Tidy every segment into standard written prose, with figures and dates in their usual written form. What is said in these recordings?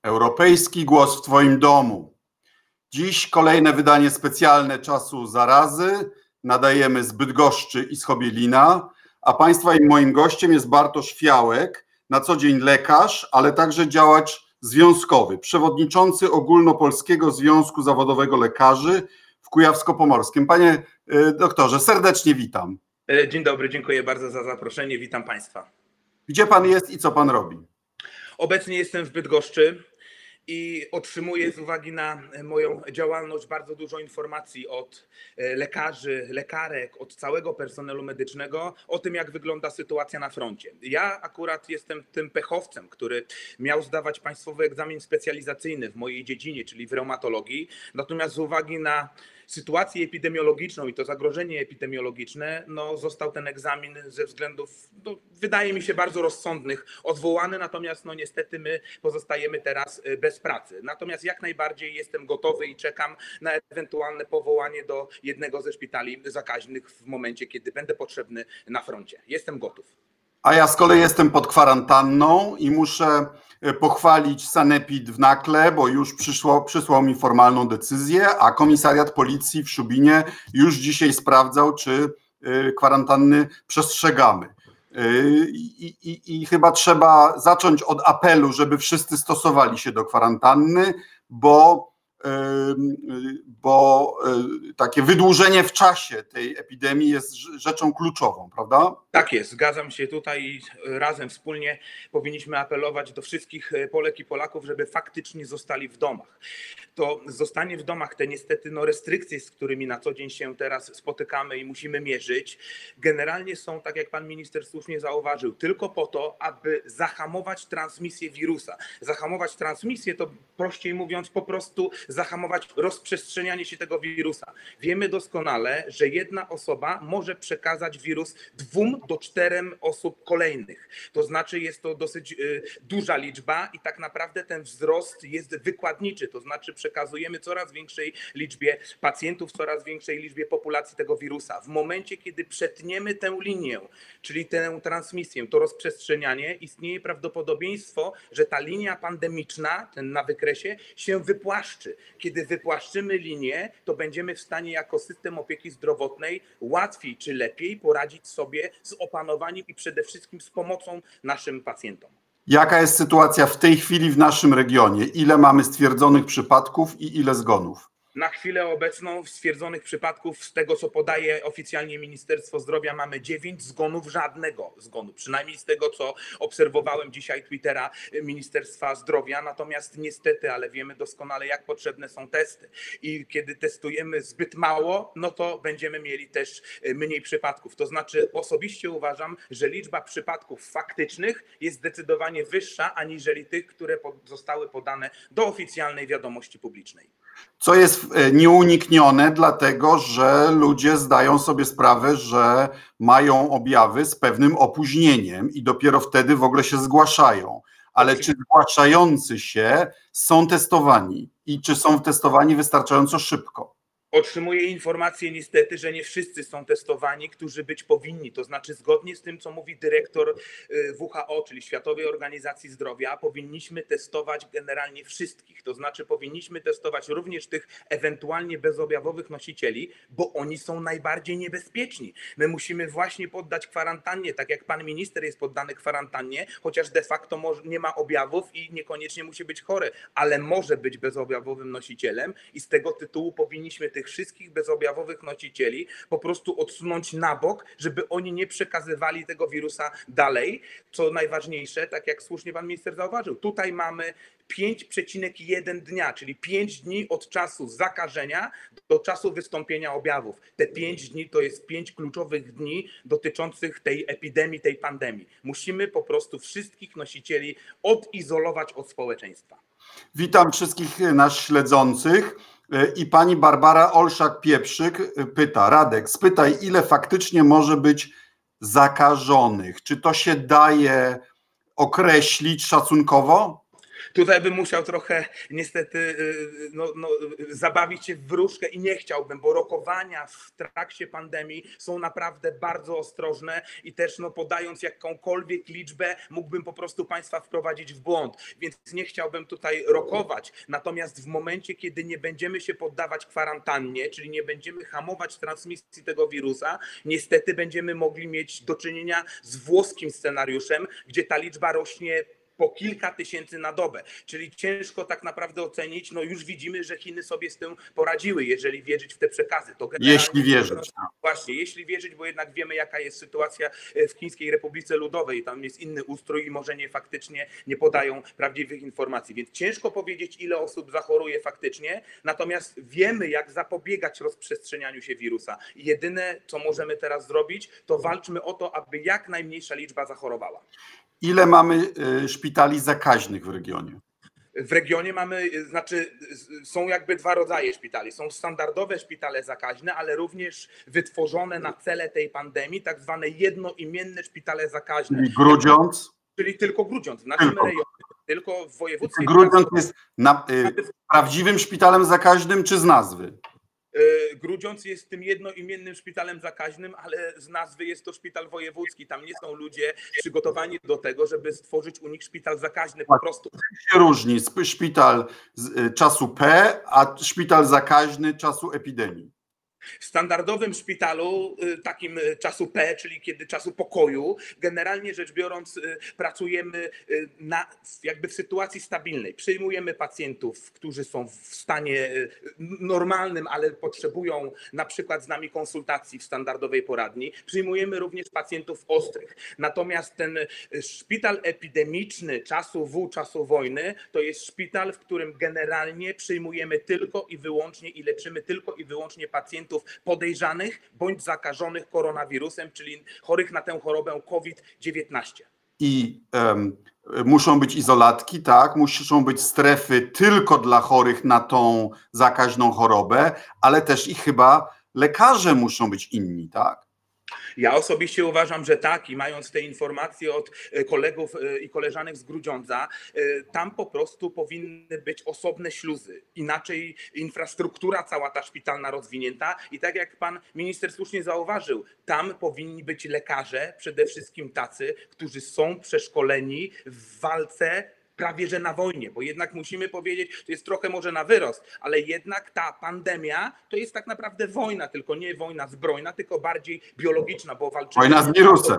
Europejski głos w Twoim domu. Dziś kolejne wydanie specjalne Czasu Zarazy. Nadajemy z Bydgoszczy i z Chobielina, a Państwa i moim gościem jest Bartosz Fiałek, na co dzień lekarz, ale także działacz związkowy, przewodniczący Ogólnopolskiego Związku Zawodowego Lekarzy w Kujawsko-Pomorskim. Panie doktorze, serdecznie witam. Dzień dobry, dziękuję bardzo za zaproszenie, witam Państwa. Gdzie Pan jest i co Pan robi? Obecnie jestem w Bydgoszczy i otrzymuję z uwagi na moją działalność bardzo dużo informacji od lekarzy, lekarek, od całego personelu medycznego o tym, jak wygląda sytuacja na froncie. Ja akurat jestem tym pechowcem, który miał zdawać państwowy egzamin specjalizacyjny w mojej dziedzinie, czyli w reumatologii, natomiast z uwagi na sytuację epidemiologiczną i to zagrożenie epidemiologiczne, został ten egzamin ze względów, wydaje mi się, bardzo rozsądnych odwołany, natomiast niestety my pozostajemy teraz bez pracy. Natomiast jak najbardziej jestem gotowy i czekam na ewentualne powołanie do jednego ze szpitali zakaźnych w momencie, kiedy będę potrzebny na froncie. Jestem gotów. A ja z kolei jestem pod kwarantanną i muszę pochwalić Sanepid w Nakle, bo już przysłał mi formalną decyzję, a komisariat policji w Szubinie już dzisiaj sprawdzał, czy kwarantanny przestrzegamy. I chyba trzeba zacząć od apelu, żeby wszyscy stosowali się do kwarantanny, bo takie wydłużenie w czasie tej epidemii jest rzeczą kluczową, prawda? Tak jest, zgadzam się tutaj i razem wspólnie powinniśmy apelować do wszystkich Polek i Polaków, żeby faktycznie zostali w domach. To zostanie w domach, te niestety restrykcje, z którymi na co dzień się teraz spotykamy i musimy mierzyć, generalnie są, tak jak pan minister słusznie zauważył, tylko po to, aby zahamować transmisję wirusa. Zahamować transmisję to, prościej mówiąc, po prostu zahamować rozprzestrzenianie się tego wirusa. Wiemy doskonale, że jedna osoba może przekazać wirus 2 do 4 osób kolejnych. To znaczy jest to dosyć duża liczba i tak naprawdę ten wzrost jest wykładniczy. To znaczy przekazujemy coraz większej liczbie pacjentów, coraz większej liczbie populacji tego wirusa. W momencie, kiedy przetniemy tę linię, czyli tę transmisję, to rozprzestrzenianie, istnieje prawdopodobieństwo, że ta linia pandemiczna, ten na wykresie, się wypłaszczy. Kiedy wypłaszczymy linię, to będziemy w stanie jako system opieki zdrowotnej łatwiej czy lepiej poradzić sobie z opanowaniem i przede wszystkim z pomocą naszym pacjentom. Jaka jest sytuacja w tej chwili w naszym regionie? Ile mamy stwierdzonych przypadków i ile zgonów? Na chwilę obecną stwierdzonych przypadków, z tego co podaje oficjalnie Ministerstwo Zdrowia, mamy 9 zgonów, żadnego zgonu. Przynajmniej z tego co obserwowałem dzisiaj Twittera Ministerstwa Zdrowia. Natomiast niestety, ale wiemy doskonale, jak potrzebne są testy. I kiedy testujemy zbyt mało, to będziemy mieli też mniej przypadków. To znaczy osobiście uważam, że liczba przypadków faktycznych jest zdecydowanie wyższa aniżeli tych, które zostały podane do oficjalnej wiadomości publicznej. Co jest nieuniknione, dlatego że ludzie zdają sobie sprawę, że mają objawy z pewnym opóźnieniem i dopiero wtedy w ogóle się zgłaszają. Ale czy zgłaszający się są testowani i czy są testowani wystarczająco szybko? Otrzymuję informację niestety, że nie wszyscy są testowani, którzy być powinni. To znaczy zgodnie z tym, co mówi dyrektor WHO, czyli Światowej Organizacji Zdrowia, powinniśmy testować generalnie wszystkich. To znaczy powinniśmy testować również tych ewentualnie bezobjawowych nosicieli, bo oni są najbardziej niebezpieczni. My musimy właśnie poddać kwarantannie, tak jak pan minister jest poddany kwarantannie, chociaż de facto nie ma objawów i niekoniecznie musi być chory, ale może być bezobjawowym nosicielem i z tego tytułu powinniśmy tych wszystkich bezobjawowych nosicieli po prostu odsunąć na bok, żeby oni nie przekazywali tego wirusa dalej. Co najważniejsze, tak jak słusznie pan minister zauważył, tutaj mamy 5,1 dnia, czyli 5 dni od czasu zakażenia do czasu wystąpienia objawów. Te 5 dni to jest 5 kluczowych dni dotyczących tej epidemii, tej pandemii. Musimy po prostu wszystkich nosicieli odizolować od społeczeństwa. Witam wszystkich nas śledzących. I pani Barbara Olszak-Pieprzyk pyta, Radek, spytaj, ile faktycznie może być zakażonych? Czy to się daje określić szacunkowo? Tutaj bym musiał trochę niestety zabawić się w wróżkę i nie chciałbym, bo rokowania w trakcie pandemii są naprawdę bardzo ostrożne i też podając jakąkolwiek liczbę mógłbym po prostu Państwa wprowadzić w błąd, więc nie chciałbym tutaj rokować. Natomiast w momencie, kiedy nie będziemy się poddawać kwarantannie, czyli nie będziemy hamować transmisji tego wirusa, niestety będziemy mogli mieć do czynienia z włoskim scenariuszem, gdzie ta liczba rośnie po kilka tysięcy na dobę, czyli ciężko tak naprawdę ocenić. Już widzimy, że Chiny sobie z tym poradziły, jeżeli wierzyć w te przekazy. To Jeśli wierzyć. Właśnie, jeśli wierzyć, bo jednak wiemy, jaka jest sytuacja w Chińskiej Republice Ludowej. Tam jest inny ustrój i może faktycznie nie podają prawdziwych informacji, więc ciężko powiedzieć, ile osób zachoruje faktycznie, natomiast wiemy, jak zapobiegać rozprzestrzenianiu się wirusa. I jedyne, co możemy teraz zrobić, to walczmy o to, aby jak najmniejsza liczba zachorowała. Ile mamy szpitali zakaźnych w regionie? W regionie są jakby dwa rodzaje szpitali. Są standardowe szpitale zakaźne, ale również wytworzone na cele tej pandemii, tak zwane jednoimienne szpitale zakaźne. Czyli Grudziądz? Czyli tylko Grudziądz, w naszym rejonie, tylko w województwie. Grudziądz jest prawdziwym szpitalem zakaźnym czy z nazwy? Grudziądz jest tym jednoimiennym szpitalem zakaźnym, ale z nazwy jest to szpital wojewódzki. Tam nie są ludzie przygotowani do tego, żeby stworzyć u nich szpital zakaźny po prostu. Czym się różni szpital z czasu P, a szpital zakaźny czasu epidemii? W standardowym szpitalu, takim czasu P, czyli kiedy czasu pokoju, generalnie rzecz biorąc pracujemy jakby w sytuacji stabilnej. Przyjmujemy pacjentów, którzy są w stanie normalnym, ale potrzebują na przykład z nami konsultacji w standardowej poradni. Przyjmujemy również pacjentów ostrych. Natomiast ten szpital epidemiczny czasu W, czasu wojny, to jest szpital, w którym generalnie przyjmujemy tylko i wyłącznie i leczymy tylko i wyłącznie pacjentów podejrzanych bądź zakażonych koronawirusem, czyli chorych na tę chorobę COVID-19. I muszą być izolatki, tak? Muszą być strefy tylko dla chorych na tą zakaźną chorobę, ale też i chyba lekarze muszą być inni, tak? Ja osobiście uważam, że tak, i mając te informacje od kolegów i koleżanek z Grudziądza, tam po prostu powinny być osobne śluzy. Inaczej infrastruktura cała ta szpitalna rozwinięta i tak jak pan minister słusznie zauważył, tam powinni być lekarze, przede wszystkim tacy, którzy są przeszkoleni w walce prawie że na wojnie, bo jednak musimy powiedzieć, to jest trochę może na wyrost, ale jednak ta pandemia to jest tak naprawdę wojna, tylko nie wojna zbrojna, tylko bardziej biologiczna, bo walczymy... Wojna z wirusem.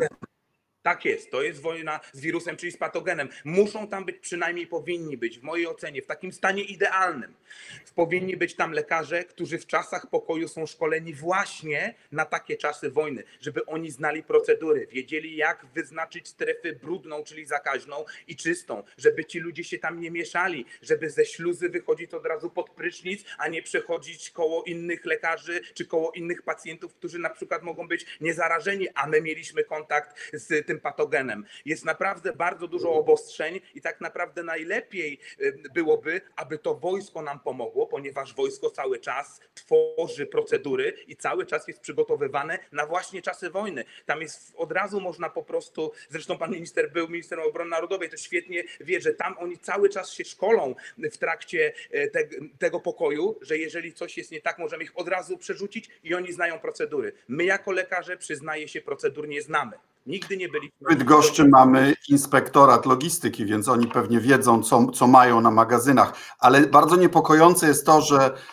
Tak jest, to jest wojna z wirusem, czyli z patogenem. Muszą tam być, przynajmniej powinni być, w mojej ocenie, w takim stanie idealnym. Powinni być tam lekarze, którzy w czasach pokoju są szkoleni właśnie na takie czasy wojny, żeby oni znali procedury, wiedzieli jak wyznaczyć strefę brudną, czyli zakaźną i czystą, żeby ci ludzie się tam nie mieszali, żeby ze śluzy wychodzić od razu pod prysznic, a nie przechodzić koło innych lekarzy czy koło innych pacjentów, którzy na przykład mogą być niezarażeni, a my mieliśmy kontakt z tym patogenem. Jest naprawdę bardzo dużo obostrzeń i tak naprawdę najlepiej byłoby, aby to wojsko nam pomogło, ponieważ wojsko cały czas tworzy procedury i cały czas jest przygotowywane na właśnie czasy wojny. Tam jest od razu można po prostu, zresztą pan minister był ministrem obrony narodowej, to świetnie wie, że tam oni cały czas się szkolą w trakcie tego pokoju, że jeżeli coś jest nie tak, możemy ich od razu przerzucić i oni znają procedury. My jako lekarze, przyznaję się, procedur nie znamy. Nigdy nie byliśmy. W Bydgoszczy mamy inspektorat logistyki, więc oni pewnie wiedzą, co mają na magazynach. Ale bardzo niepokojące jest to,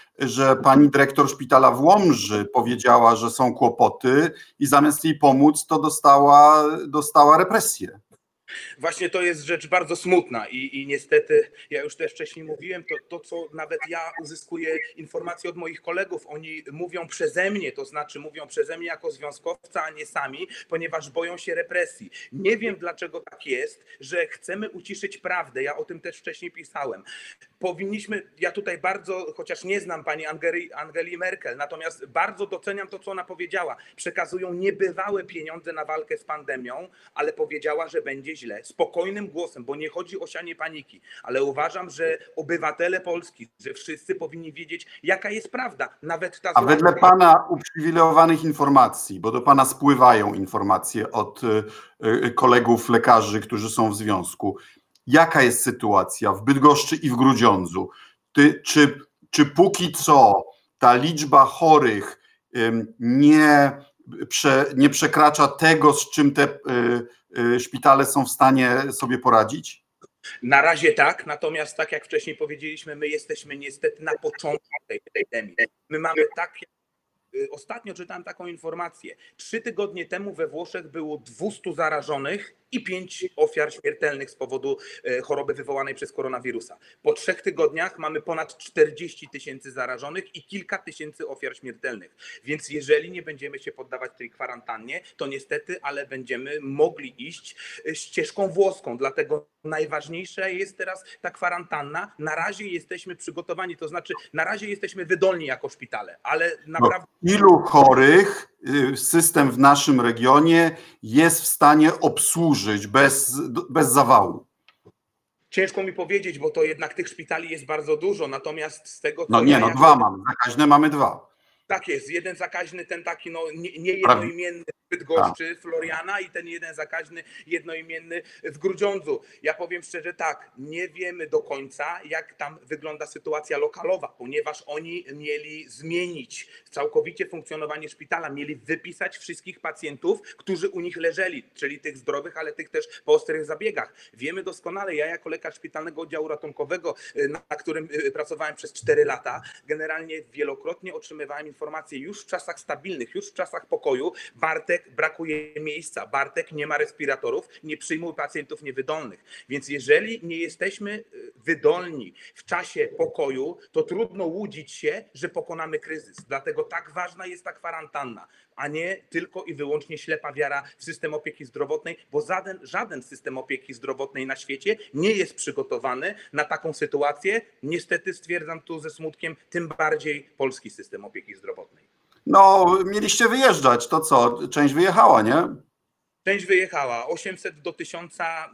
że pani dyrektor szpitala w Łomży powiedziała, że są kłopoty i zamiast jej pomóc, to dostała represję. Właśnie to jest rzecz bardzo smutna i niestety, ja już też wcześniej mówiłem, to co nawet ja uzyskuję informacje od moich kolegów, oni mówią przeze mnie, to znaczy mówią przeze mnie jako związkowca, a nie sami, ponieważ boją się represji. Nie wiem dlaczego tak jest, że chcemy uciszyć prawdę, ja o tym też wcześniej pisałem. Ja tutaj bardzo, chociaż nie znam pani Angeli Merkel, natomiast bardzo doceniam to, co ona powiedziała. Przekazują niebywałe pieniądze na walkę z pandemią, ale powiedziała, że będzie źle. Spokojnym głosem, bo nie chodzi o sianie paniki, ale uważam, że obywatele Polski, że wszyscy powinni wiedzieć, jaka jest prawda. Nawet ta... A wedle pana uprzywilejowanych informacji, bo do pana spływają informacje od kolegów lekarzy, którzy są w związku, Jaka jest sytuacja w Bydgoszczy i w Grudziądzu? Czy póki co ta liczba chorych nie przekracza tego, z czym te szpitale są w stanie sobie poradzić? Na razie tak, natomiast tak jak wcześniej powiedzieliśmy, my jesteśmy niestety na początku tej epidemii. My mamy ostatnio czytałem taką informację. 3 tygodnie temu we Włoszech było 200 zarażonych i 5 ofiar śmiertelnych z powodu choroby wywołanej przez koronawirusa. Po 3 tygodniach mamy ponad 40 000 zarażonych i kilka tysięcy ofiar śmiertelnych. Więc jeżeli nie będziemy się poddawać tej kwarantannie, to niestety, ale będziemy mogli iść ścieżką włoską. Dlatego najważniejsza jest teraz ta kwarantanna. Na razie jesteśmy przygotowani, to znaczy na razie jesteśmy wydolni jako szpitale, ale naprawdę... Ilu chorych system w naszym regionie jest w stanie obsłużyć bez zawału? Ciężko mi powiedzieć, bo to jednak tych szpitali jest bardzo dużo, natomiast z tego co... Dwa mamy, zakaźne mamy 2. Tak jest, jeden zakaźny, ten taki niejednoimienny w Bydgoszczy, Floriana, i ten jeden zakaźny, jednoimienny w Grudziądzu. Ja powiem szczerze tak, nie wiemy do końca, jak tam wygląda sytuacja lokalowa, ponieważ oni mieli zmienić całkowicie funkcjonowanie szpitala, mieli wypisać wszystkich pacjentów, którzy u nich leżeli, czyli tych zdrowych, ale tych też po ostrych zabiegach. Wiemy doskonale, ja jako lekarz szpitalnego oddziału ratunkowego, na którym pracowałem przez 4 lata, generalnie wielokrotnie otrzymywałem informacje już w czasach stabilnych, już w czasach pokoju: Bartek, brakuje miejsca, Bartek, nie ma respiratorów, nie przyjmuj pacjentów niewydolnych. Więc jeżeli nie jesteśmy wydolni w czasie pokoju, to trudno łudzić się, że pokonamy kryzys. Dlatego tak ważna jest ta kwarantanna, a nie tylko i wyłącznie ślepa wiara w system opieki zdrowotnej, bo żaden system opieki zdrowotnej na świecie nie jest przygotowany na taką sytuację. Niestety stwierdzam tu ze smutkiem, tym bardziej polski system opieki zdrowotnej. Mieliście wyjeżdżać, to co? Część wyjechała, nie? Część wyjechała, 800 do 1000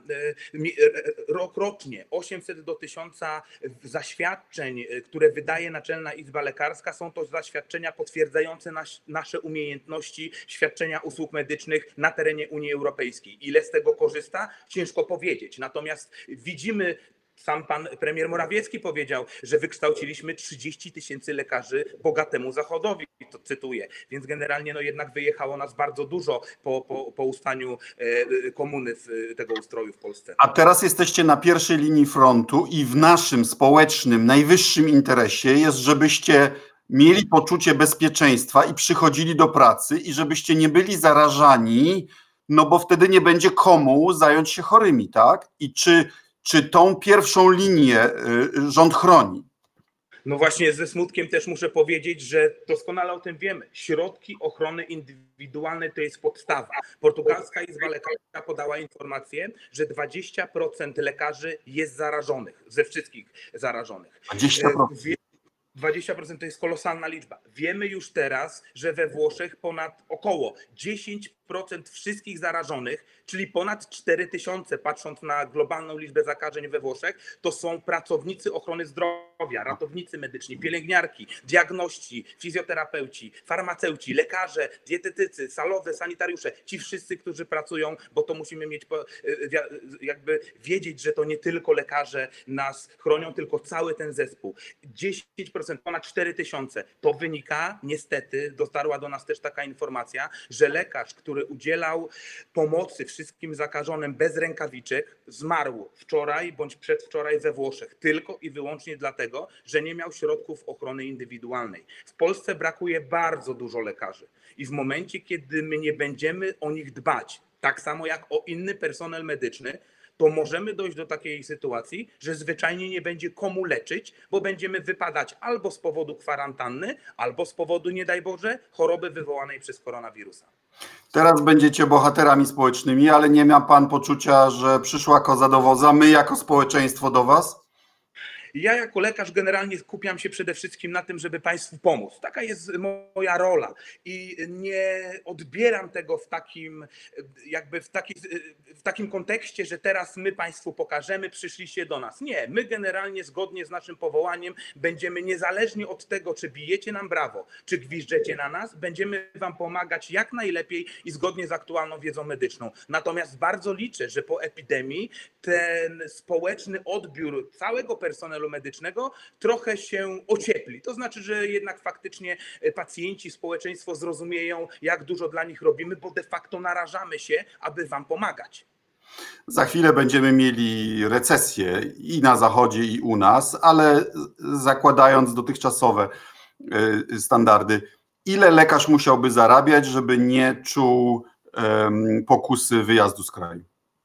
rocznie, 800 do 1000 zaświadczeń, które wydaje Naczelna Izba Lekarska. Są to zaświadczenia potwierdzające nasze umiejętności świadczenia usług medycznych na terenie Unii Europejskiej. Ile z tego korzysta? Ciężko powiedzieć. Natomiast widzimy, sam pan premier Morawiecki powiedział, że wykształciliśmy 30 000 lekarzy bogatemu Zachodowi, to cytuję. Więc generalnie jednak wyjechało nas bardzo dużo po ustaniu komuny tego ustroju w Polsce. A teraz jesteście na pierwszej linii frontu i w naszym społecznym, najwyższym interesie jest, żebyście mieli poczucie bezpieczeństwa i przychodzili do pracy i żebyście nie byli zarażani, bo wtedy nie będzie komu zająć się chorymi, tak? I czy tą pierwszą linię rząd chroni? No właśnie, ze smutkiem też muszę powiedzieć, że doskonale o tym wiemy. Środki ochrony indywidualnej to jest podstawa. Portugalska Izba Lekarska podała informację, że 20% lekarzy jest zarażonych, ze wszystkich zarażonych. 20%. 20% to jest kolosalna liczba. Wiemy już teraz, że we Włoszech około 10% wszystkich zarażonych, czyli ponad 4000, patrząc na globalną liczbę zakażeń we Włoszech, to są pracownicy ochrony zdrowia, ratownicy medyczni, pielęgniarki, diagności, fizjoterapeuci, farmaceuci, lekarze, dietetycy, salowe, sanitariusze, ci wszyscy, którzy pracują, bo to musimy mieć, jakby wiedzieć, że to nie tylko lekarze nas chronią, tylko cały ten zespół. 10%, ponad 4000. To wynika, niestety, dotarła do nas też taka informacja, że lekarz, który udzielał pomocy wszystkim zakażonym bez rękawiczek, zmarł wczoraj bądź przedwczoraj we Włoszech. Tylko i wyłącznie dlatego, że nie miał środków ochrony indywidualnej. W Polsce brakuje bardzo dużo lekarzy. I w momencie, kiedy my nie będziemy o nich dbać, tak samo jak o inny personel medyczny, to możemy dojść do takiej sytuacji, że zwyczajnie nie będzie komu leczyć, bo będziemy wypadać albo z powodu kwarantanny, albo z powodu, nie daj Boże, choroby wywołanej przez koronawirusa. Teraz będziecie bohaterami społecznymi, ale nie ma pan poczucia, że przyszła koza do woza, my jako społeczeństwo do was? Ja jako lekarz generalnie skupiam się przede wszystkim na tym, żeby państwu pomóc. Taka jest moja rola i nie odbieram tego w takim, w takim kontekście, że teraz my państwu pokażemy, przyszliście do nas. Nie, my generalnie zgodnie z naszym powołaniem będziemy niezależnie od tego, czy bijecie nam brawo, czy gwiżdżecie na nas, będziemy wam pomagać jak najlepiej i zgodnie z aktualną wiedzą medyczną. Natomiast bardzo liczę, że po epidemii ten społeczny odbiór całego personelu medycznego trochę się ociepli. To znaczy, że jednak faktycznie pacjenci, społeczeństwo zrozumieją, jak dużo dla nich robimy, bo de facto narażamy się, aby wam pomagać. Za chwilę będziemy mieli recesję i na Zachodzie, i u nas, ale zakładając dotychczasowe standardy, ile lekarz musiałby zarabiać, żeby nie czuł pokusy wyjazdu z kraju?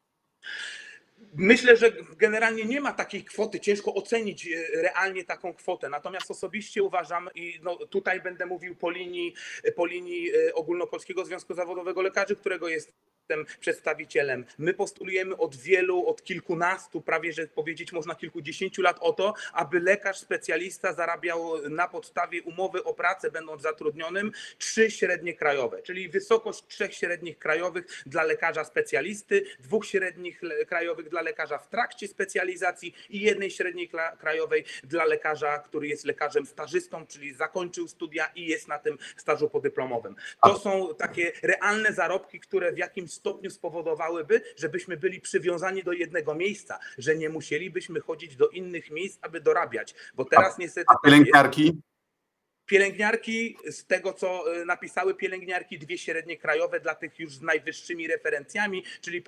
Myślę, że generalnie nie ma takiej kwoty, ciężko ocenić realnie taką kwotę, natomiast osobiście uważam i no tutaj będę mówił po linii Ogólnopolskiego Związku Zawodowego Lekarzy, którego jestem przedstawicielem. My postulujemy od kilkunastu, prawie że powiedzieć można kilkudziesięciu lat o to, aby lekarz specjalista zarabiał na podstawie umowy o pracę, będąc zatrudnionym, 3 średnie krajowe, czyli wysokość 3 średnich krajowych dla lekarza specjalisty, 2 średnich krajowych dla lekarza w trakcie specjalizacji i 1 średniej krajowej dla lekarza, który jest lekarzem stażystą, czyli zakończył studia i jest na tym stażu podyplomowym. To są takie realne zarobki, które w jakimś stopniu spowodowałyby, żebyśmy byli przywiązani do jednego miejsca, że nie musielibyśmy chodzić do innych miejsc, aby dorabiać, bo teraz niestety a pielęgniarki? Pielęgniarki, z tego co napisały pielęgniarki, 2 średnie krajowe dla tych już z najwyższymi referencjami, czyli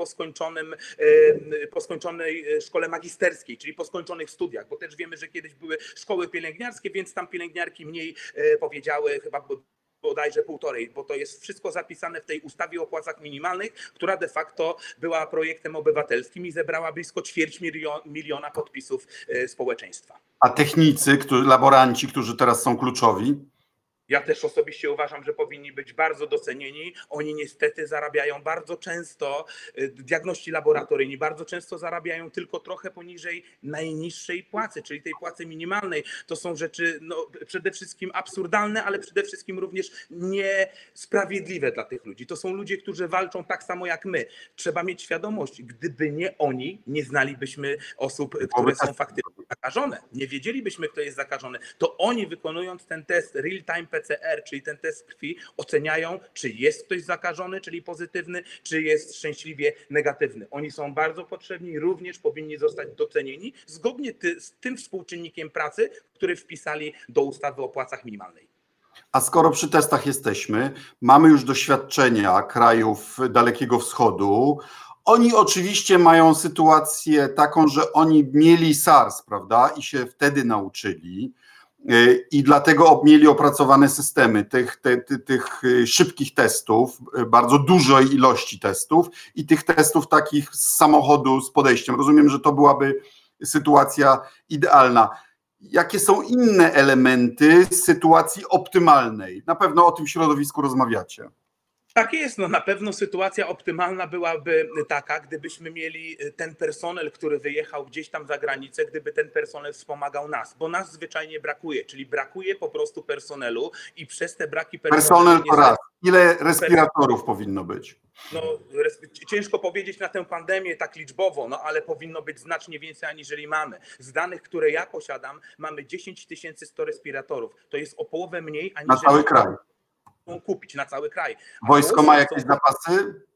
po skończonej szkole magisterskiej, czyli po skończonych studiach, bo też wiemy, że kiedyś były szkoły pielęgniarskie, więc tam pielęgniarki mniej powiedziały, chyba bodajże 1,5, bo to jest wszystko zapisane w tej ustawie o płacach minimalnych, która de facto była projektem obywatelskim i zebrała blisko 250 000 podpisów społeczeństwa. A technicy, laboranci, którzy teraz są kluczowi? Ja też osobiście uważam, że powinni być bardzo docenieni. Oni niestety zarabiają bardzo często, diagności laboratoryjni bardzo często zarabiają tylko trochę poniżej najniższej płacy, czyli tej płacy minimalnej. To są rzeczy przede wszystkim absurdalne, ale przede wszystkim również niesprawiedliwe dla tych ludzi. To są ludzie, którzy walczą tak samo jak my. Trzeba mieć świadomość, gdyby nie oni, nie znalibyśmy osób, które są faktycznie zakażone. Nie wiedzielibyśmy, kto jest zakażony. To oni, wykonując ten test real-time PCR, czyli ten test krwi, oceniają, czy jest ktoś zakażony, czyli pozytywny, czy jest szczęśliwie negatywny. Oni są bardzo potrzebni, również powinni zostać docenieni zgodnie z tym współczynnikiem pracy, który wpisali do ustawy o płacach minimalnej. A skoro przy testach jesteśmy, mamy już doświadczenia krajów Dalekiego Wschodu. Oni oczywiście mają sytuację taką, że oni mieli SARS, prawda, i się wtedy nauczyli i dlatego mieli opracowane systemy tych szybkich testów, bardzo dużej ilości testów i tych testów takich z samochodu z podejściem. Rozumiem, że to byłaby sytuacja idealna. Jakie są inne elementy sytuacji optymalnej? Na pewno o tym środowisku rozmawiacie. Tak jest, na pewno sytuacja optymalna byłaby taka, gdybyśmy mieli ten personel, który wyjechał gdzieś tam za granicę, gdyby ten personel wspomagał nas, bo nas zwyczajnie brakuje, czyli brakuje po prostu personelu i przez te braki personel to raz. Ile respiratorów powinno być? Ciężko powiedzieć na tę pandemię tak liczbowo, ale powinno być znacznie więcej aniżeli mamy. Z danych, które ja posiadam, mamy 10 100 respiratorów. To jest o połowę mniej aniżeli... Na cały kraj. Kupić na cały kraj. Wojsko ma jakieś zapasy?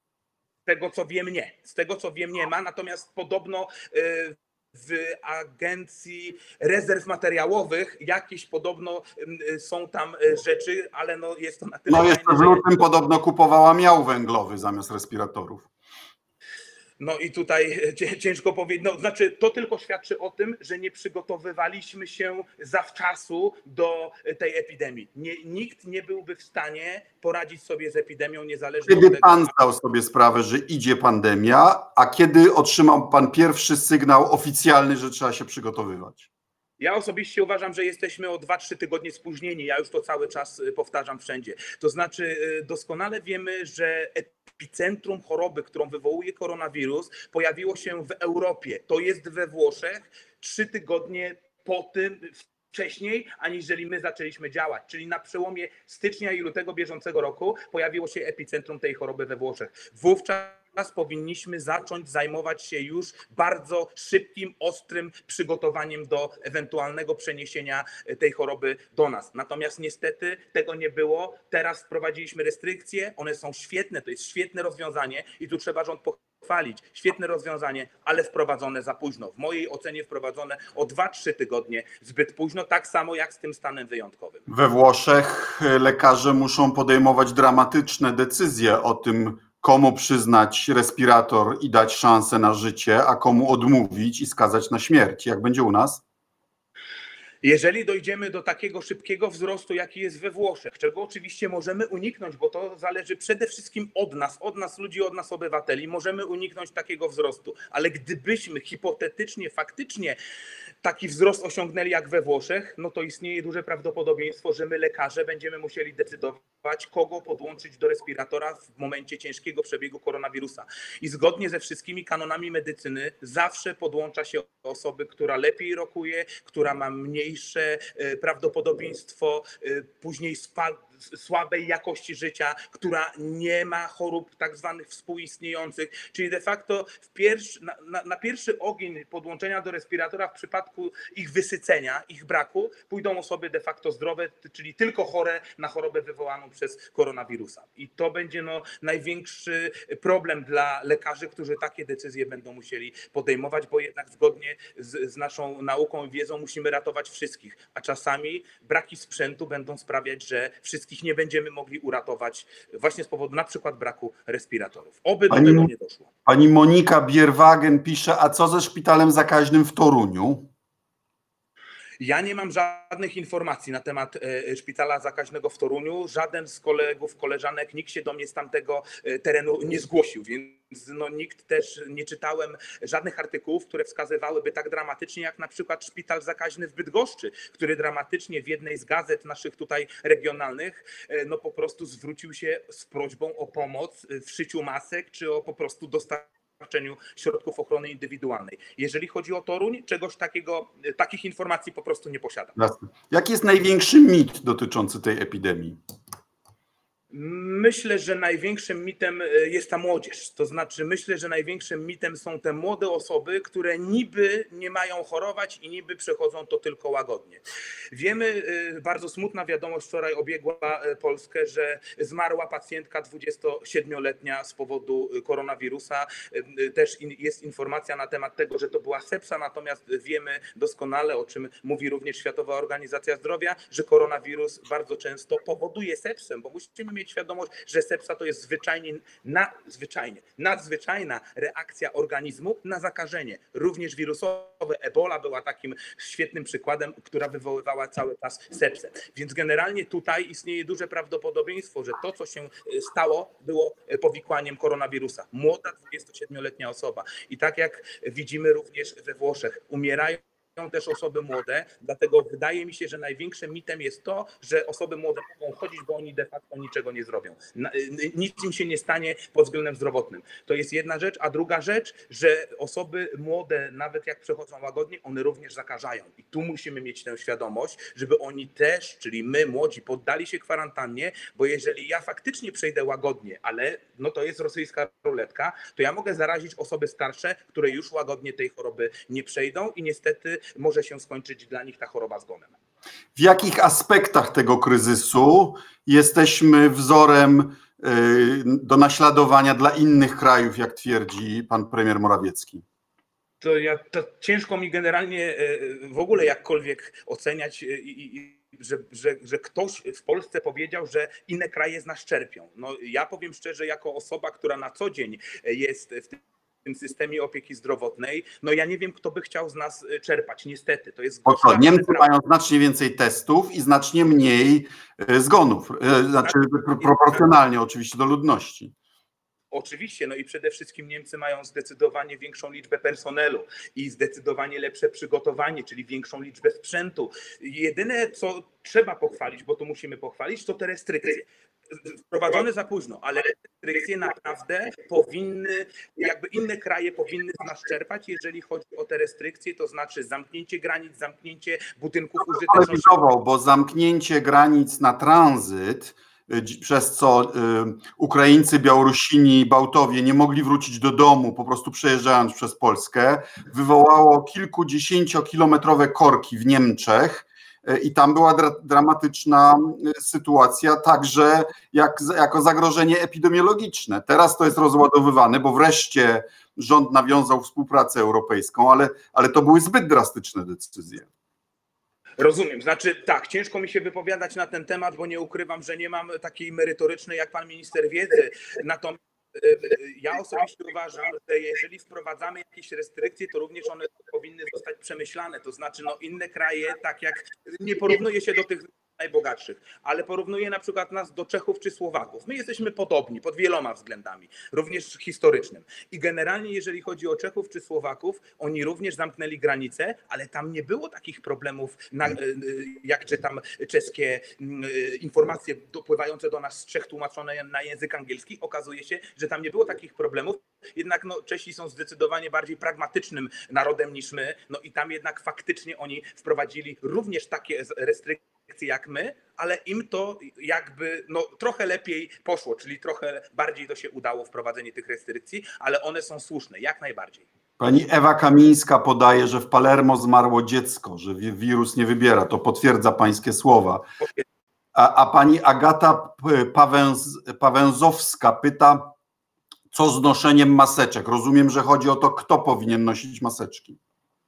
Z tego co wiem nie ma, natomiast podobno w Agencji Rezerw Materiałowych jakieś podobno są tam rzeczy, ale jest to na tyle... jeszcze w lutym podobno kupowała miał węglowy zamiast respiratorów. I tutaj ciężko powiedzieć, to tylko świadczy o tym, że nie przygotowywaliśmy się zawczasu do tej epidemii. Nikt nie byłby w stanie poradzić sobie z epidemią niezależnie od tego. Kiedy pan zdał sobie sprawę, że idzie pandemia, a kiedy otrzymał pan pierwszy sygnał oficjalny, że trzeba się przygotowywać? Ja osobiście uważam, że jesteśmy o 2-3 tygodnie spóźnieni. Ja już to cały czas powtarzam wszędzie. To znaczy doskonale wiemy, że epicentrum choroby, którą wywołuje koronawirus, pojawiło się w Europie. To jest we Włoszech 3 tygodnie po tym wcześniej, aniżeli my zaczęliśmy działać. Czyli na przełomie stycznia i lutego bieżącego roku pojawiło się epicentrum tej choroby we Włoszech. Wówczas powinniśmy zacząć zajmować się już bardzo szybkim, ostrym przygotowaniem do ewentualnego przeniesienia tej choroby do nas. Natomiast niestety tego nie było. Teraz wprowadziliśmy restrykcje, one są świetne, to jest świetne rozwiązanie i tu trzeba rząd pochwalić. Świetne rozwiązanie, ale wprowadzone za późno. W mojej ocenie wprowadzone o 2-3 tygodnie zbyt późno, tak samo jak z tym stanem wyjątkowym. We Włoszech lekarze muszą podejmować dramatyczne decyzje o tym, komu przyznać respirator i dać szansę na życie, a komu odmówić i skazać na śmierć. Jak będzie u nas? Jeżeli dojdziemy do takiego szybkiego wzrostu, jaki jest we Włoszech, czego oczywiście możemy uniknąć, bo to zależy przede wszystkim od nas ludzi, od nas obywateli, możemy uniknąć takiego wzrostu, ale gdybyśmy hipotetycznie, faktycznie taki wzrost osiągnęli jak we Włoszech, no to istnieje duże prawdopodobieństwo, że my lekarze będziemy musieli decydować, kogo podłączyć do respiratora w momencie ciężkiego przebiegu koronawirusa. I zgodnie ze wszystkimi kanonami medycyny zawsze podłącza się osoby, która lepiej rokuje, która ma mniejsze prawdopodobieństwo później słabej jakości życia, która nie ma chorób tak zwanych współistniejących, czyli de facto na pierwszy ogień podłączenia do respiratora w przypadku ich wysycenia, ich braku pójdą osoby de facto zdrowe, czyli tylko chore na chorobę wywołaną przez koronawirusa. I to będzie największy problem dla lekarzy, którzy takie decyzje będą musieli podejmować, bo jednak zgodnie z naszą nauką i wiedzą musimy ratować wszystkich, a czasami braki sprzętu będą sprawiać, że wszystkich nie będziemy mogli uratować właśnie z powodu na przykład braku respiratorów. Oby do tego nie doszło. Pani Monika Bierwagen pisze, a co ze szpitalem zakaźnym w Toruniu? Ja nie mam żadnych informacji na temat szpitala zakaźnego w Toruniu. Żaden z kolegów, koleżanek, nikt się do mnie z tamtego terenu nie zgłosił, więc nikt też nie czytałem żadnych artykułów, które wskazywałyby tak dramatycznie jak na przykład szpital zakaźny w Bydgoszczy, który dramatycznie w jednej z gazet naszych tutaj regionalnych po prostu zwrócił się z prośbą o pomoc w szyciu masek czy o po prostu dostarczeniu środków ochrony indywidualnej. Jeżeli chodzi o Toruń, czegoś takiego, takich informacji po prostu nie posiadam. Jasne. Jaki jest największy mit dotyczący tej epidemii? Myślę, że największym mitem jest ta młodzież. To znaczy myślę, że największym mitem są te młode osoby, które niby nie mają chorować i niby przechodzą to tylko łagodnie. Wiemy, bardzo smutna wiadomość wczoraj obiegła Polskę, że zmarła pacjentka 27-letnia z powodu koronawirusa. Też jest informacja na temat tego, że to była sepsa, natomiast wiemy doskonale, o czym mówi również Światowa Organizacja Zdrowia, że koronawirus bardzo często powoduje sepsę, bo musimy mieć świadomość, że sepsa to jest nadzwyczajna reakcja organizmu na zakażenie, również wirusowe. Ebola była takim świetnym przykładem, która wywoływała cały czas sepsę. Więc generalnie tutaj istnieje duże prawdopodobieństwo, że to, co się stało, było powikłaniem koronawirusa. Młoda 27-letnia osoba. I tak jak widzimy również we Włoszech, umierają też osoby młode, dlatego wydaje mi się, że największym mitem jest to, że osoby młode mogą chodzić, bo oni de facto niczego nie zrobią. Nic im się nie stanie pod względem zdrowotnym. To jest jedna rzecz, a druga rzecz, że osoby młode, nawet jak przechodzą łagodnie, one również zakażają. I tu musimy mieć tę świadomość, żeby oni też, czyli my młodzi, poddali się kwarantannie, bo jeżeli ja faktycznie przejdę łagodnie, ale to jest rosyjska ruletka, to ja mogę zarazić osoby starsze, które już łagodnie tej choroby nie przejdą i niestety może się skończyć dla nich ta choroba zgonem. W jakich aspektach tego kryzysu jesteśmy wzorem do naśladowania dla innych krajów, jak twierdzi pan premier Morawiecki? To ciężko mi generalnie w ogóle jakkolwiek oceniać, że ktoś w Polsce powiedział, że inne kraje z nas czerpią. Ja powiem szczerze, jako osoba, która na co dzień jest w tym systemie opieki zdrowotnej, ja nie wiem, kto by chciał z nas czerpać, niestety. To jest Niemcy mają znacznie więcej testów i znacznie mniej zgonów, znaczy proporcjonalnie oczywiście do ludności. Oczywiście, i przede wszystkim Niemcy mają zdecydowanie większą liczbę personelu i zdecydowanie lepsze przygotowanie, czyli większą liczbę sprzętu. Jedyne, co trzeba pochwalić, bo to musimy pochwalić, to te restrykcje. wprowadzone za późno, ale restrykcje naprawdę powinny, jakby inne kraje powinny z nas czerpać, jeżeli chodzi o te restrykcje, to znaczy zamknięcie granic, zamknięcie budynków użyteczności. Bo zamknięcie granic na tranzyt, przez co Ukraińcy, Białorusini, Bałtowie nie mogli wrócić do domu, po prostu przejeżdżając przez Polskę, wywołało kilkudziesięciokilometrowe korki w Niemczech i tam była dramatyczna sytuacja, także jako zagrożenie epidemiologiczne. Teraz to jest rozładowywane, bo wreszcie rząd nawiązał współpracę europejską, ale to były zbyt drastyczne decyzje. Rozumiem, znaczy tak, ciężko mi się wypowiadać na ten temat, bo nie ukrywam, że nie mam takiej merytorycznej jak pan minister wiedzy. Natomiast ja osobiście uważam, że jeżeli wprowadzamy jakieś restrykcje, to również one powinny zostać przemyślane. To znaczy inne kraje, tak jak nie porównuje się do tych najbogatszych, ale porównuje na przykład nas do Czechów czy Słowaków. My jesteśmy podobni pod wieloma względami, również historycznym. I generalnie jeżeli chodzi o Czechów czy Słowaków, oni również zamknęli granice, ale tam nie było takich problemów, jak czytam czeskie informacje dopływające do nas z Czech tłumaczone na język angielski. Okazuje się, że tam nie było takich problemów. Jednak Czesi są zdecydowanie bardziej pragmatycznym narodem niż my. I tam jednak faktycznie oni wprowadzili również takie restrykcje jak my, ale im to jakby trochę lepiej poszło, czyli trochę bardziej to się udało wprowadzenie tych restrykcji, ale one są słuszne, jak najbardziej. Pani Ewa Kamińska podaje, że w Palermo zmarło dziecko, że wirus nie wybiera. To potwierdza pańskie słowa. A pani Agata Pawęzowska pyta, co z noszeniem maseczek? Rozumiem, że chodzi o to, kto powinien nosić maseczki.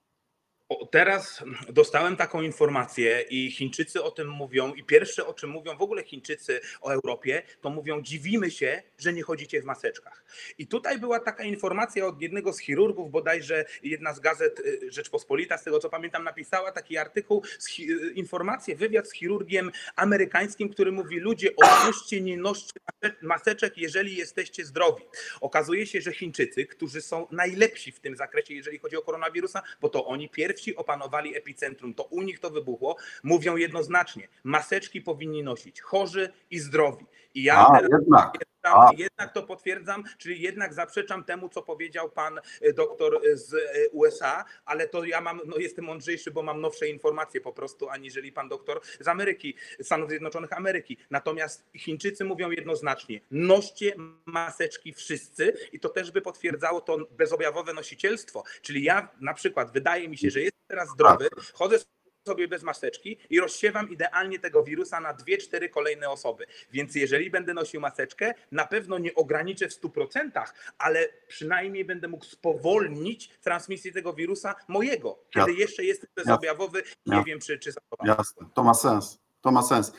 Teraz dostałem taką informację i Chińczycy o tym mówią i pierwsze o czym mówią w ogóle Chińczycy o Europie, to mówią: dziwimy się, że nie chodzicie w maseczkach. I tutaj była taka informacja od jednego z chirurgów, bodajże jedna z gazet Rzeczpospolita, z tego co pamiętam, napisała taki artykuł, informację, wywiad z chirurgiem amerykańskim, który mówi: ludzie, odpuśćcie, nie noście maseczek, jeżeli jesteście zdrowi. Okazuje się, że Chińczycy, którzy są najlepsi w tym zakresie, jeżeli chodzi o koronawirusa, bo to oni pierwsi opanowali epicentrum, to u nich to wybuchło, mówią jednoznacznie: maseczki powinni nosić chorzy i zdrowi. I ja jednak to potwierdzam, czyli jednak zaprzeczam temu, co powiedział pan doktor z USA, ale to ja jestem mądrzejszy, bo mam nowsze informacje po prostu, aniżeli pan doktor z Ameryki, Stanów Zjednoczonych Ameryki. Natomiast Chińczycy mówią jednoznacznie: noście maseczki wszyscy, i to też by potwierdzało to bezobjawowe nosicielstwo. Czyli ja na przykład, wydaje mi się, że jestem teraz zdrowy, chodzę sobie bez maseczki i rozsiewam idealnie tego wirusa na 2-4 kolejne osoby. Więc jeżeli będę nosił maseczkę, na pewno nie ograniczę w 100%, ale przynajmniej będę mógł spowolnić transmisję tego wirusa mojego, kiedy jeszcze jestem bezobjawowy. Nie wiem, czy zadowolony. Jasne, to ma sens. To ma sens.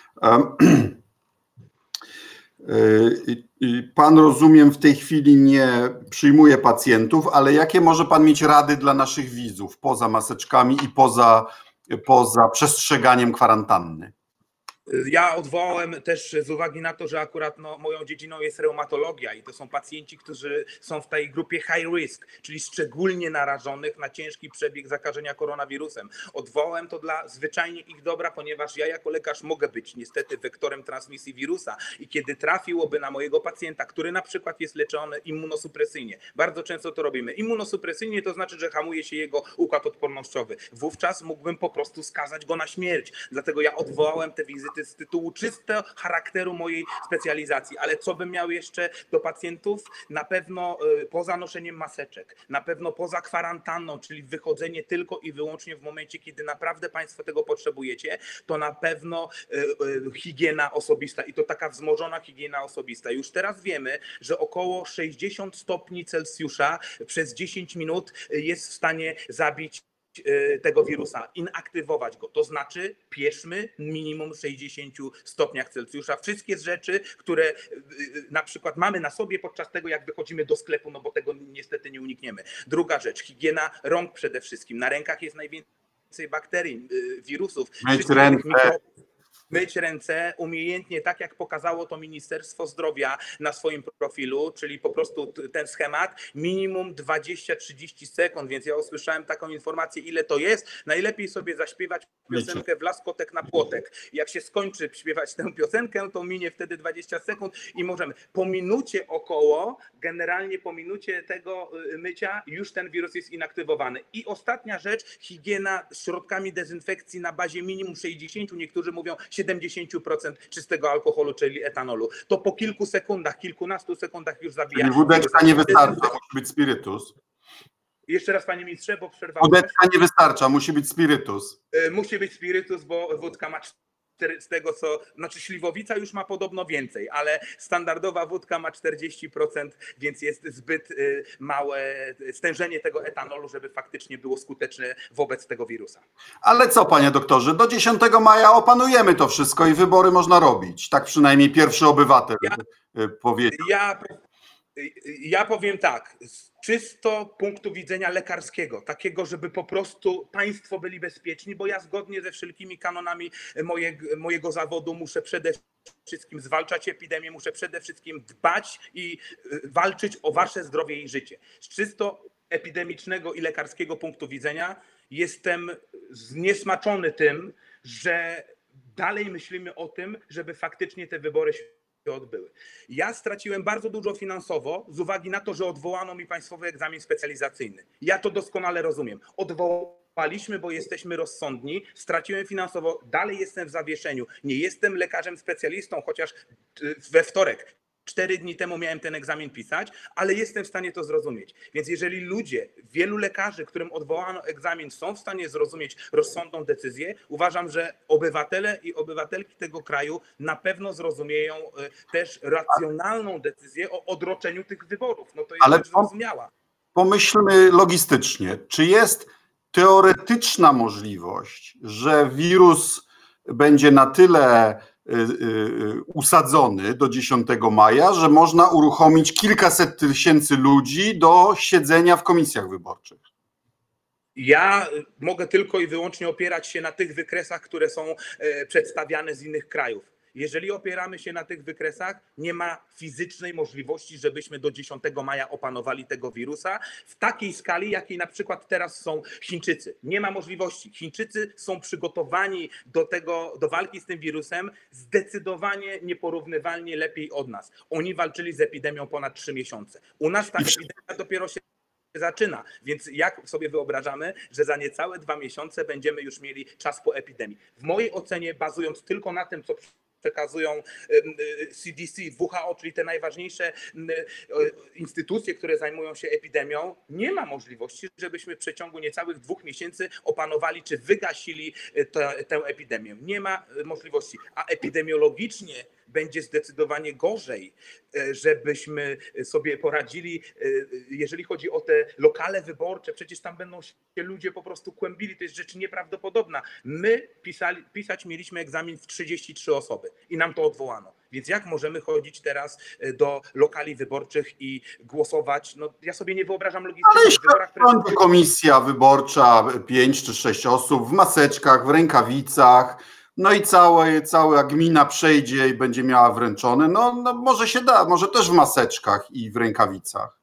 Pan, rozumiem, w tej chwili nie przyjmuje pacjentów, ale jakie może pan mieć rady dla naszych widzów poza maseczkami i poza przestrzeganiem kwarantanny? Ja odwołałem też z uwagi na to, że akurat moją dziedziną jest reumatologia i to są pacjenci, którzy są w tej grupie high risk, czyli szczególnie narażonych na ciężki przebieg zakażenia koronawirusem. Odwołałem to dla zwyczajnie ich dobra, ponieważ ja jako lekarz mogę być niestety wektorem transmisji wirusa i kiedy trafiłoby na mojego pacjenta, który na przykład jest leczony immunosupresyjnie, bardzo często to robimy. Immunosupresyjnie to znaczy, że hamuje się jego układ odpornościowy. Wówczas mógłbym po prostu skazać go na śmierć. Dlatego ja odwołałem te wizyty z tytułu czysto charakteru mojej specjalizacji. Ale co bym miał jeszcze do pacjentów? Na pewno poza noszeniem maseczek, na pewno poza kwarantanną, czyli wychodzenie tylko i wyłącznie w momencie, kiedy naprawdę państwo tego potrzebujecie, to na pewno higiena osobista i to taka wzmożona higiena osobista. Już teraz wiemy, że około 60 stopni Celsjusza przez 10 minut jest w stanie zabić tego wirusa, inaktywować go. To znaczy pieszmy minimum 60 stopniach Celsjusza. Wszystkie rzeczy, które na przykład mamy na sobie podczas tego, jak wychodzimy do sklepu, bo tego niestety nie unikniemy. Druga rzecz, higiena rąk przede wszystkim. Na rękach jest najwięcej bakterii, wirusów, Myć ręce. myć ręce umiejętnie, tak jak pokazało to Ministerstwo Zdrowia na swoim profilu, czyli po prostu ten schemat, minimum 20-30 sekund, więc ja usłyszałem taką informację, ile to jest. Najlepiej sobie zaśpiewać piosenkę "Wlazł kotek na płotek". Jak się skończy śpiewać tę piosenkę, to minie wtedy 20 sekund i możemy. Po minucie około, generalnie po minucie tego mycia już ten wirus jest inaktywowany. I ostatnia rzecz, higiena środkami dezynfekcji na bazie minimum 60, niektórzy mówią 70% czystego alkoholu, czyli etanolu. To po kilku sekundach, kilkunastu sekundach już zabija. Czyli wódeczka nie wystarcza, musi być spirytus. Jeszcze raz, panie ministrze, bo przerwałem. Wódeczka nie wystarcza, musi być spirytus. Musi być spirytus, bo wódka ma z tego co, znaczy śliwowica już ma podobno więcej, ale standardowa wódka ma 40%, więc jest zbyt małe stężenie tego etanolu, żeby faktycznie było skuteczne wobec tego wirusa. Ale co, panie doktorze, do 10 maja opanujemy to wszystko i wybory można robić. Tak przynajmniej pierwszy obywatel powiedział. Ja powiem tak, z czysto punktu widzenia lekarskiego, takiego, żeby po prostu państwo byli bezpieczni, bo ja zgodnie ze wszelkimi kanonami mojego zawodu muszę przede wszystkim zwalczać epidemię, muszę przede wszystkim dbać i walczyć o wasze zdrowie i życie. Z czysto epidemicznego i lekarskiego punktu widzenia jestem zniesmaczony tym, że dalej myślimy o tym, żeby faktycznie te wybory się odbyły. Ja straciłem bardzo dużo finansowo z uwagi na to, że odwołano mi państwowy egzamin specjalizacyjny. Ja to doskonale rozumiem. Odwołaliśmy, bo jesteśmy rozsądni, straciłem finansowo, dalej jestem w zawieszeniu. Nie jestem lekarzem specjalistą, chociaż we wtorek 4 dni temu miałem ten egzamin pisać, ale jestem w stanie to zrozumieć. Więc jeżeli ludzie, wielu lekarzy, którym odwołano egzamin, są w stanie zrozumieć rozsądną decyzję, uważam, że obywatele i obywatelki tego kraju na pewno zrozumieją też racjonalną decyzję o odroczeniu tych wyborów. No to jest rzecz zrozumiała. Pomyślmy logistycznie. Czy jest teoretyczna możliwość, że wirus będzie na tyle usadzony do 10 maja, że można uruchomić kilkaset tysięcy ludzi do siedzenia w komisjach wyborczych? Ja mogę tylko i wyłącznie opierać się na tych wykresach, które są przedstawiane z innych krajów. Jeżeli opieramy się na tych wykresach, nie ma fizycznej możliwości, żebyśmy do 10 maja opanowali tego wirusa w takiej skali, jakiej na przykład teraz są Chińczycy. Nie ma możliwości. Chińczycy są przygotowani do walki z tym wirusem zdecydowanie nieporównywalnie lepiej od nas. Oni walczyli z epidemią ponad 3 miesiące. U nas ta epidemia dopiero się zaczyna, więc jak sobie wyobrażamy, że za niecałe 2 miesiące będziemy już mieli czas po epidemii? W mojej ocenie, bazując tylko na tym, co przekazują CDC, WHO, czyli te najważniejsze instytucje, które zajmują się epidemią, nie ma możliwości, żebyśmy w przeciągu niecałych 2 miesięcy opanowali czy wygasili tę epidemię. Nie ma możliwości, a epidemiologicznie będzie zdecydowanie gorzej, żebyśmy sobie poradzili, jeżeli chodzi o te lokale wyborcze. Przecież tam będą się ludzie po prostu kłębili. To jest rzecz nieprawdopodobna. My pisać mieliśmy egzamin w 33 osoby i nam to odwołano. Więc jak możemy chodzić teraz do lokali wyborczych i głosować? No, ja sobie nie wyobrażam logistyki. Ale jeśli komisja wyborcza 5 czy 6 osób w maseczkach, w rękawicach, no i cała gmina przejdzie i będzie miała wręczone, no może się da, może też w maseczkach i w rękawicach.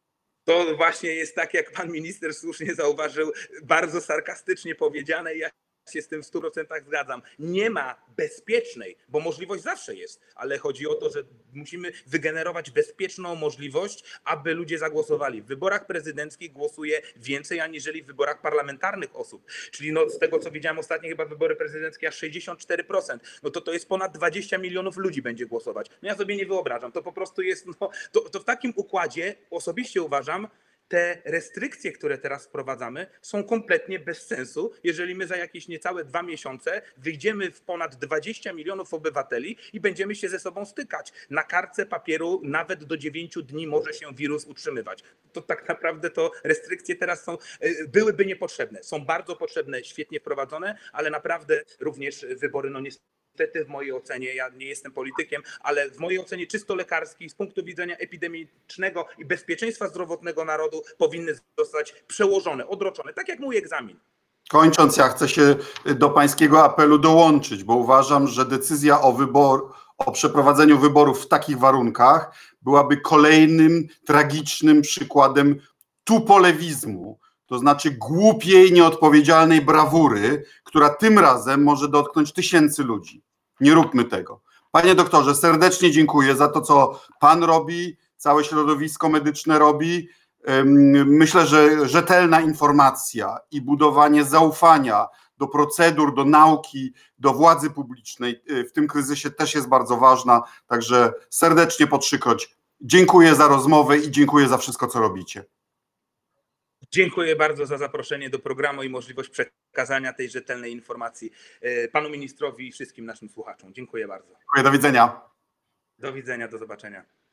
To właśnie jest tak, jak pan minister słusznie zauważył, bardzo sarkastycznie powiedziane. Ja się z tym w 100% zgadzam. Nie ma bezpiecznej, bo możliwość zawsze jest, ale chodzi o to, że musimy wygenerować bezpieczną możliwość, aby ludzie zagłosowali. W wyborach prezydenckich głosuje więcej aniżeli w wyborach parlamentarnych osób. Czyli no, z tego, co widziałem ostatnio, chyba wybory prezydenckie aż 64%. No to jest ponad 20 milionów ludzi będzie głosować. No ja sobie nie wyobrażam. To po prostu jest, no, to w takim układzie osobiście uważam, te restrykcje, które teraz wprowadzamy, są kompletnie bez sensu, jeżeli my za jakieś niecałe 2 miesiące wyjdziemy w ponad 20 milionów obywateli i będziemy się ze sobą stykać. Na kartce papieru nawet do 9 dni może się wirus utrzymywać. To tak naprawdę to restrykcje teraz byłyby niepotrzebne. Są bardzo potrzebne, świetnie wprowadzone, ale naprawdę również wybory, no niestety w mojej ocenie, ja nie jestem politykiem, ale w mojej ocenie czysto lekarskiej, z punktu widzenia epidemicznego i bezpieczeństwa zdrowotnego narodu powinny zostać przełożone, odroczone, tak jak mój egzamin. Kończąc, ja chcę się do pańskiego apelu dołączyć, bo uważam, że decyzja o przeprowadzeniu wyborów w takich warunkach byłaby kolejnym tragicznym przykładem tupolewizmu, to znaczy głupiej, nieodpowiedzialnej brawury, która tym razem może dotknąć tysięcy ludzi. Nie róbmy tego. Panie doktorze, serdecznie dziękuję za to, co pan robi, całe środowisko medyczne robi. Myślę, że rzetelna informacja i budowanie zaufania do procedur, do nauki, do władzy publicznej w tym kryzysie też jest bardzo ważna. Także serdecznie po trzykroć dziękuję za rozmowę i dziękuję za wszystko, co robicie. Dziękuję bardzo za zaproszenie do programu i możliwość przekazania tej rzetelnej informacji panu ministrowi i wszystkim naszym słuchaczom. Dziękuję bardzo. Dziękuję, do widzenia. Do widzenia, do zobaczenia.